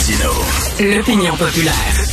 L'opinion populaire.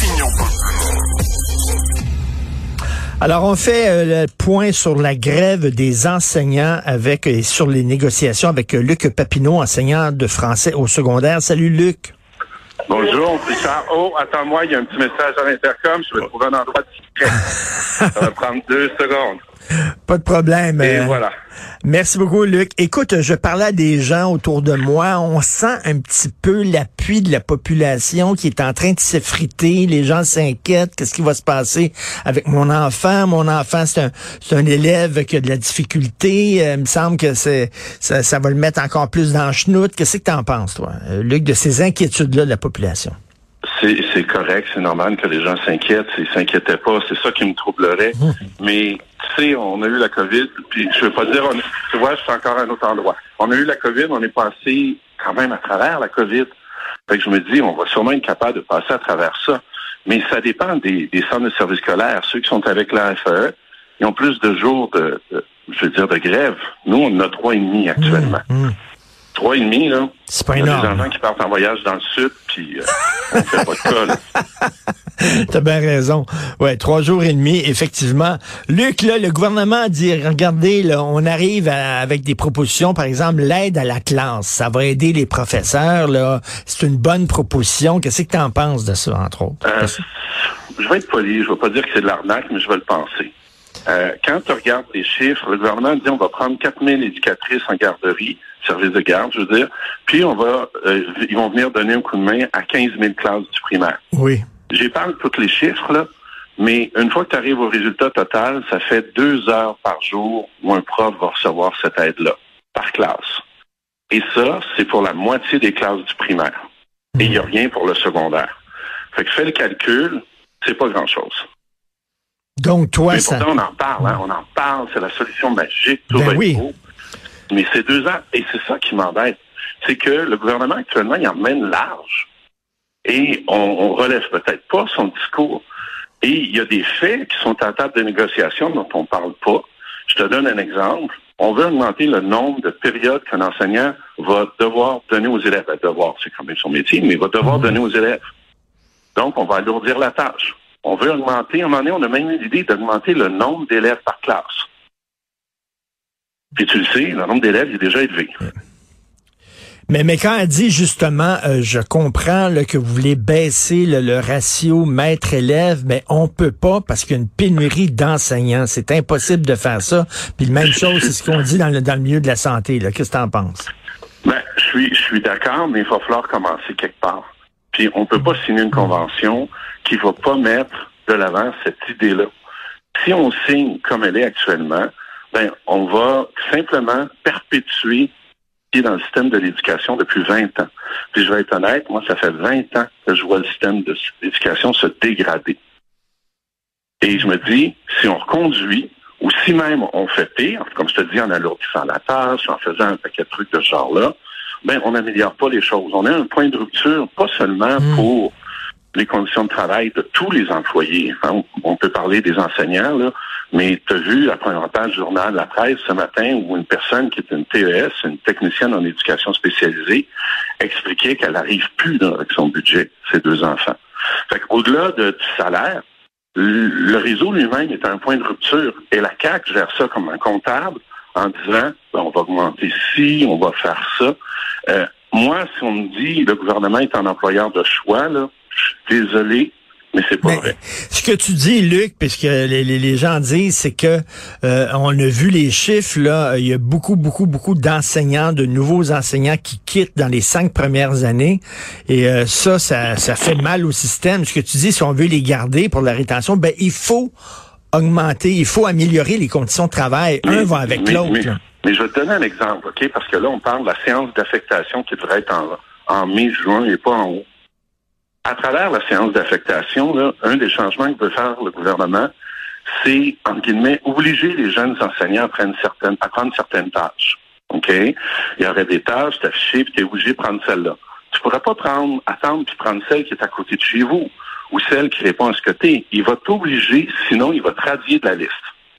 Alors, on fait le point sur la grève des enseignants et sur les négociations avec Luc Papineau, enseignant de français au secondaire. Salut, Luc. Bonjour, Richard. Oh, attends-moi, il y a un petit message à l'intercom. Je vais trouver un endroit discret. Ça va prendre 2 secondes. Pas de problème. Et voilà. Merci beaucoup, Luc. Écoute, je parlais à des gens autour de moi. On sent un petit peu l'appui de la population qui est en train de s'effriter. Les gens s'inquiètent. Qu'est-ce qui va se passer avec mon enfant? Mon enfant, c'est un élève qui a de la difficulté. Il me semble que ça va le mettre encore plus dans le chenoute. Qu'est-ce que tu en penses, toi, Luc, de ces inquiétudes-là de la population? C'est correct, c'est normal que les gens s'inquiètent. S'ils s'inquiétaient pas, c'est ça qui me troublerait. Mais, tu sais, on a eu la COVID, puis je veux pas dire, tu vois, je suis encore à un autre endroit. On a eu la COVID, on est passé quand même à travers la COVID. Fait que je me dis, on va sûrement être capable de passer à travers ça. Mais ça dépend des centres de services scolaires. Ceux qui sont avec la FAE, ils ont plus de jours de grève. Nous, on en a 3,5 actuellement. 3,5, là. C'est pas énorme. Il y a énorme. des enfants qui partent en voyage dans le sud, puis on fait pas de cas, là. T'as bien raison. Ouais, 3 jours et demi, effectivement. Luc, là, le gouvernement a dit, regardez, là, on arrive avec des propositions, par exemple, l'aide à la classe. Ça va aider les professeurs, là. C'est une bonne proposition. Qu'est-ce que t'en penses de ça, entre autres? Je vais être poli, je vais pas dire que c'est de l'arnaque, mais je vais le penser. Quand tu regardes les chiffres, le gouvernement dit on va prendre 4000 éducatrices en garderie, service de garde, je veux dire, puis ils vont venir donner un coup de main à 15 000 classes du primaire. Oui. J'épargne tous les chiffres, là, mais une fois que tu arrives au résultat total, ça fait 2 heures par jour où un prof va recevoir cette aide-là, par classe. Et ça, c'est pour la moitié des classes du primaire. Et il n'y a rien pour le secondaire. Fait que fais le calcul, c'est pas grand-chose. Donc, toi, mais ça... pourtant, on en parle, hein, on en parle, c'est la solution magique, tout va être beau. Mais c'est 2 ans, et c'est ça qui m'embête. C'est que le gouvernement, actuellement, il emmène large. Et on relève peut-être pas son discours. Et il y a des faits qui sont à la table de négociation dont on parle pas. Je te donne un exemple. On veut augmenter le nombre de périodes qu'un enseignant va devoir donner aux élèves. Devoir, c'est quand même son métier, mais il va devoir donner aux élèves. Donc, on va alourdir la tâche. On veut augmenter, à un moment donné, on a même eu l'idée d'augmenter le nombre d'élèves par classe. Puis tu le sais, le nombre d'élèves est déjà élevé. Mais quand elle dit justement, je comprends là, que vous voulez baisser le ratio maître-élève, mais on peut pas parce qu'il y a une pénurie d'enseignants. C'est impossible de faire ça. Puis la même chose, c'est ce qu'on dit dans le milieu de la santé. Là. Qu'est-ce que tu en penses? Ben, je suis d'accord, mais il va falloir commencer quelque part. Puis on peut pas signer une convention qui va pas mettre de l'avant cette idée-là. Si on signe comme elle est actuellement, ben on va simplement perpétuer qui est dans le système de l'éducation depuis 20 ans. Puis je vais être honnête, moi, ça fait 20 ans que je vois le système de l'éducation se dégrader. Et je me dis, si on reconduit, ou si même on fait pire, comme je te dis, en alourdissant la tâche, en faisant un paquet de trucs de ce genre-là, ben on n'améliore pas les choses. On a un point de rupture, pas seulement pour les conditions de travail de tous les employés. Hein. On peut parler des enseignants, là, mais tu as vu la première page du journal de la presse ce matin où une personne qui est une TES, une technicienne en éducation spécialisée, expliquait qu'elle n'arrive plus là, avec son budget, ses 2 enfants. Fait qu'au-delà du salaire, le réseau lui-même est un point de rupture. Et la CAQ gère ça comme un comptable en disant ben, on va augmenter ci, on va faire ça. Moi, si on me dit le gouvernement est un employeur de choix, là, je suis désolé, mais c'est pas vrai. Ce que tu dis, Luc, puisque les gens disent, c'est que on a vu les chiffres, là, il y a beaucoup d'enseignants, de nouveaux enseignants qui quittent dans les 5 premières années. Et ça fait mal au système. Ce que tu dis, si on veut les garder pour la rétention, ben il faut augmenter, il faut améliorer les conditions de travail. Un va avec l'autre. Mais je vais te donner un exemple, OK? Parce que là, on parle de la séance d'affectation qui devrait être en mai, juin et pas en août. À travers la séance d'affectation, là, un des changements que veut faire le gouvernement, c'est, entre guillemets, obliger les jeunes enseignants à prendre certaines tâches. OK? Il y aurait des tâches, t'es affiché, puis t'es obligé de prendre celle-là. Tu pourrais pas attendre puis prendre celle qui est à côté de chez vous ou celle qui répond à ce que t'es. Il va t'obliger, sinon il va te radier de la liste.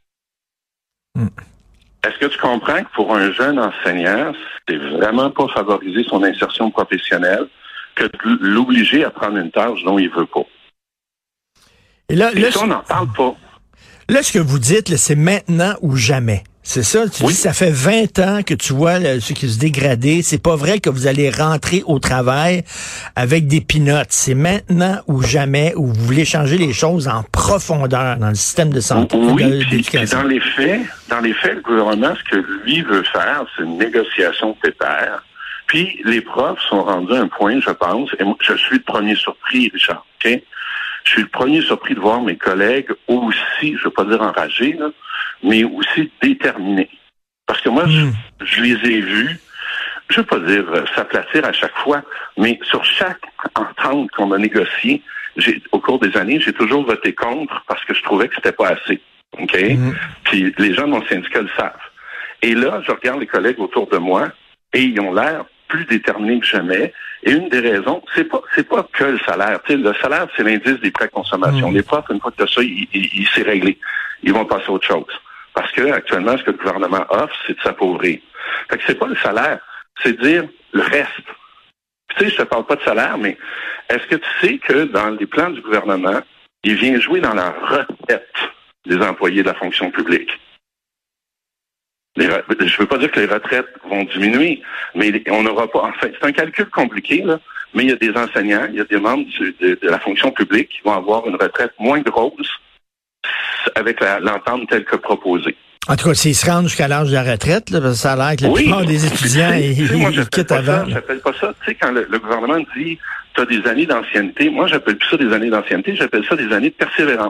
Est-ce que tu comprends que pour un jeune enseignant, c'est vraiment pas favoriser son insertion professionnelle? que de l'obliger à prendre une tâche dont il veut pas. Et là, ça, on n'en parle pas. Là, ce que vous dites, là, c'est maintenant ou jamais. C'est ça? Tu dis, ça fait 20 ans que tu vois ce qui se dégrader. C'est pas vrai que vous allez rentrer au travail avec des pinottes. C'est maintenant ou jamais où vous voulez changer les choses en profondeur dans le système de santé, d'éducation. Dans les faits, le gouvernement, ce que lui veut faire, c'est une négociation pépère. Puis les profs sont rendus à un point, je pense, et moi, je suis le premier surpris, Richard, OK? Je suis le premier surpris de voir mes collègues aussi, je ne veux pas dire enragés, là, mais aussi déterminés. Parce que moi, je les ai vus, je ne veux pas dire s'aplatir à chaque fois, mais sur chaque entente qu'on a négociée, au cours des années, j'ai toujours voté contre parce que je trouvais que c'était pas assez. OK? Puis les gens de mon syndicat le savent. Et là, je regarde les collègues autour de moi et ils ont l'air plus déterminés que jamais. Et une des raisons, c'est pas que le salaire. Tu sais, le salaire, c'est l'indice des prêts à consommation. Les profs, une fois que tu as ça, il s'est réglé. Ils vont passer à autre chose. Parce que actuellement, ce que le gouvernement offre, c'est de s'appauvrir. Fait que c'est pas le salaire, c'est de dire le reste. Tu sais, je te parle pas de salaire, mais est-ce que tu sais que dans les plans du gouvernement, il vient jouer dans la retraite des employés de la fonction publique? Je ne veux pas dire que les retraites vont diminuer, mais on n'aura pas... Enfin, c'est un calcul compliqué, là, mais il y a des enseignants, il y a des membres de la fonction publique qui vont avoir une retraite moins grosse avec l'entente telle que proposée. En tout cas, s'ils se rendent jusqu'à l'âge de la retraite, là, parce que ça a l'air que la plupart des étudiants, ils quittent avant. J'appelle pas ça. Tu sais, quand le gouvernement dit tu as des années d'ancienneté, moi, j'appelle plus ça des années d'ancienneté, j'appelle ça des années de persévérance.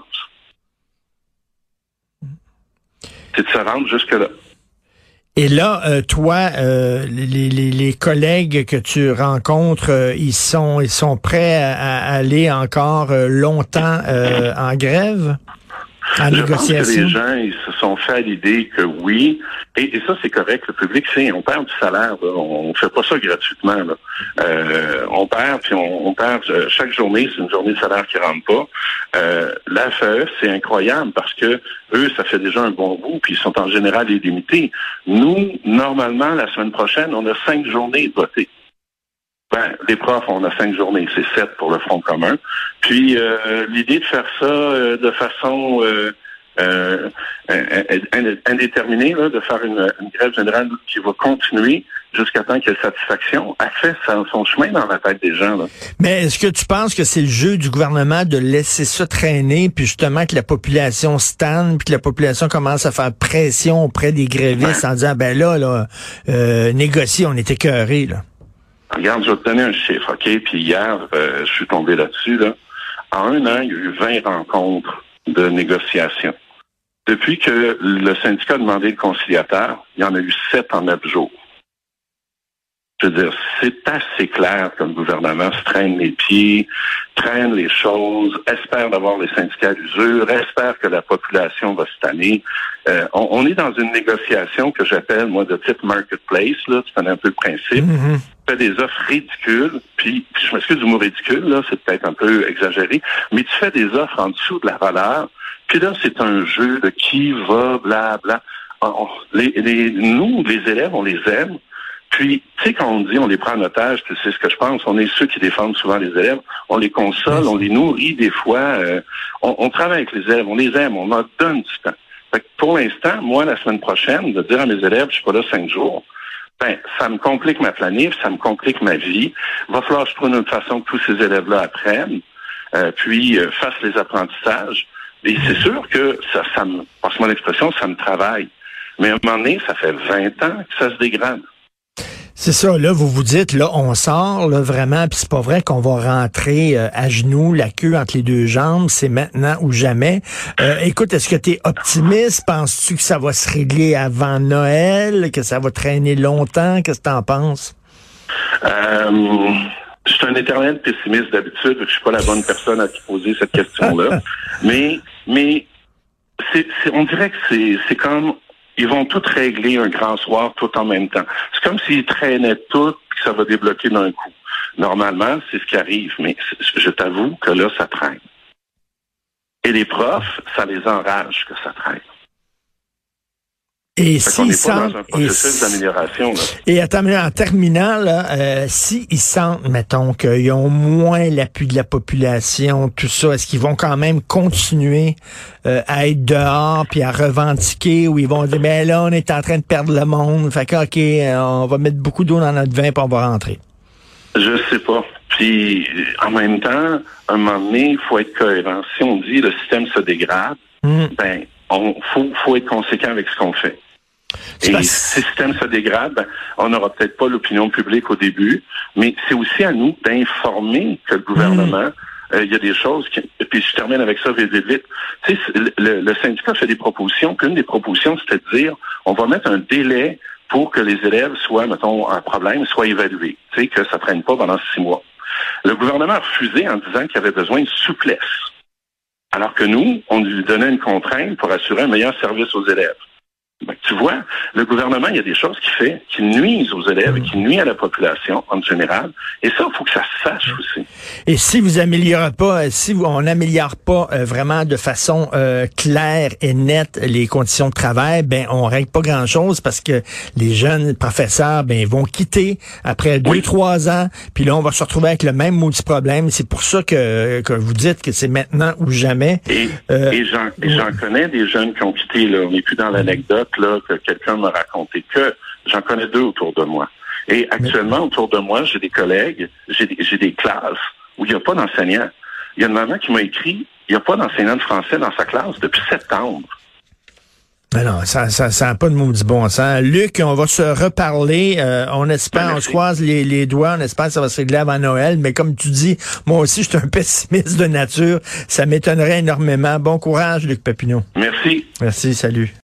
C'est de se rendre jusque-là. Et là, toi, les collègues que tu rencontres, ils sont prêts à aller encore longtemps en grève, en négociation? Je pense que les gens, ils se sont fait à l'idée que oui, et ça c'est correct, le public sait, on perd du salaire, là. On fait pas ça gratuitement, là. On perd, puis on perd chaque journée, c'est une journée de salaire qui rentre pas. La FAE, c'est incroyable parce que eux, ça fait déjà un bon bout, puis ils sont en général illimités. Nous, normalement, la semaine prochaine, on a 5 journées de voter. Les profs, on a 5 journées, c'est 7 pour le Front commun. Puis l'idée de faire ça de façon indéterminée, là, de faire une grève générale qui va continuer jusqu'à temps qu'il y ait satisfaction, a fait son chemin dans la tête des gens. Là. Mais est-ce que tu penses que c'est le jeu du gouvernement de laisser ça traîner, puis justement que la population stagne, puis que la population commence à faire pression auprès des grévistes en disant, négocier, on est écœurés, là? Regarde, je vais te donner un chiffre, OK? Puis hier, je suis tombé là-dessus, là. En un an, il y a eu 20 rencontres de négociation. Depuis que le syndicat a demandé le conciliateur, il y en a eu 7 en 9 jours. Je veux dire, c'est assez clair que le gouvernement se traîne les pieds, traîne les choses, espère d'avoir les syndicats à l'usure, espère que la population va se tanner. On est dans une négociation que j'appelle, moi, de type marketplace, là, tu connais un peu le principe. Tu fais des offres ridicules, puis je m'excuse du mot ridicule, là, c'est peut-être un peu exagéré, mais tu fais des offres en dessous de la valeur, puis là, c'est un jeu de qui va, blabla. Nous, les élèves, on les aime. Puis, tu sais, quand on dit on les prend en otage, tu sais ce que je pense, on est ceux qui défendent souvent les élèves, on les console, on les nourrit des fois, on travaille avec les élèves, on les aime, on leur donne du temps. Fait que pour l'instant, moi, la semaine prochaine, de dire à mes élèves, je suis pas là 5 jours, ça me complique ma planif, ça me complique ma vie. Il va falloir que je trouve une autre façon que tous ces élèves-là apprennent, puis fassent les apprentissages. Et c'est sûr que ça me, passe-moi l'expression, ça me travaille. Mais à un moment donné, ça fait 20 ans que ça se dégrade. C'est ça, là, vous vous dites, là, on sort, là, vraiment, puis c'est pas vrai qu'on va rentrer à genoux, la queue entre les deux jambes, c'est maintenant ou jamais. Écoute, est-ce que tu es optimiste? Penses-tu que ça va se régler avant Noël, que ça va traîner longtemps? Qu'est-ce que t'en penses? Je suis un éternel pessimiste d'habitude, je suis pas la bonne personne à te poser cette question-là. mais on dirait que c'est comme ils vont tout régler un grand soir tout en même temps. C'est comme s'ils traînaient tout et que ça va débloquer d'un coup. Normalement, c'est ce qui arrive, mais je t'avoue que là, ça traîne. Et les profs, ça les enrage que ça traîne. Et s'ils sentent, dans un processus d'amélioration. Et attends, en terminant, là, s'ils sentent, mettons, qu'ils ont moins l'appui de la population, tout ça, est-ce qu'ils vont quand même continuer à être dehors puis à revendiquer, ou ils vont dire, ben là, on est en train de perdre le monde, fait que, OK, on va mettre beaucoup d'eau dans notre vin puis on va rentrer? Je sais pas. Puis, en même temps, à un moment donné, il faut être cohérent. Si on dit le système se dégrade, ben, faut être conséquent avec ce qu'on fait. Et si le système se dégrade, ben, on n'aura peut-être pas l'opinion publique au début, mais c'est aussi à nous d'informer que le gouvernement, il y a des choses qui... Puis je termine avec ça vite. Tu sais, le syndicat fait des propositions, puis une des propositions, c'était de dire, on va mettre un délai pour que les élèves soient, mettons, un problème, soient évalués. Tu sais, que ça prenne pas pendant 6 mois. Le gouvernement a refusé en disant qu'il y avait besoin de souplesse. Alors que nous, on lui donnait une contrainte pour assurer un meilleur service aux élèves. Ben, tu vois, le gouvernement, il y a des choses qu'il fait qui nuisent aux élèves et qui nuisent à la population en général. Et ça, il faut que ça se sache aussi. Et si vous améliorez pas, on n'améliore pas vraiment de façon claire et nette les conditions de travail, ben on règle pas grand-chose, parce que les jeunes professeurs, ben vont quitter après 2-3 ans, puis là on va se retrouver avec le même maudit problème. C'est pour ça que vous dites que c'est maintenant ou jamais. Et j'en connais des jeunes qui ont quitté, là. On n'est plus dans l'anecdote là que quelqu'un m'a raconté, que j'en connais 2 autour de moi. Et actuellement, autour de moi, j'ai des collègues, j'ai des classes où il n'y a pas d'enseignant. Il y a une maman qui m'a écrit, il n'y a pas d'enseignant de français dans sa classe depuis septembre. Mais non, ça n'a pas de maudit bon sens. Luc, on va se reparler. On espère, on se croise les doigts, on espère que ça va se régler avant Noël. Mais comme tu dis, moi aussi, je suis un pessimiste de nature. Ça m'étonnerait énormément. Bon courage, Luc Papineau. Merci. Merci, salut.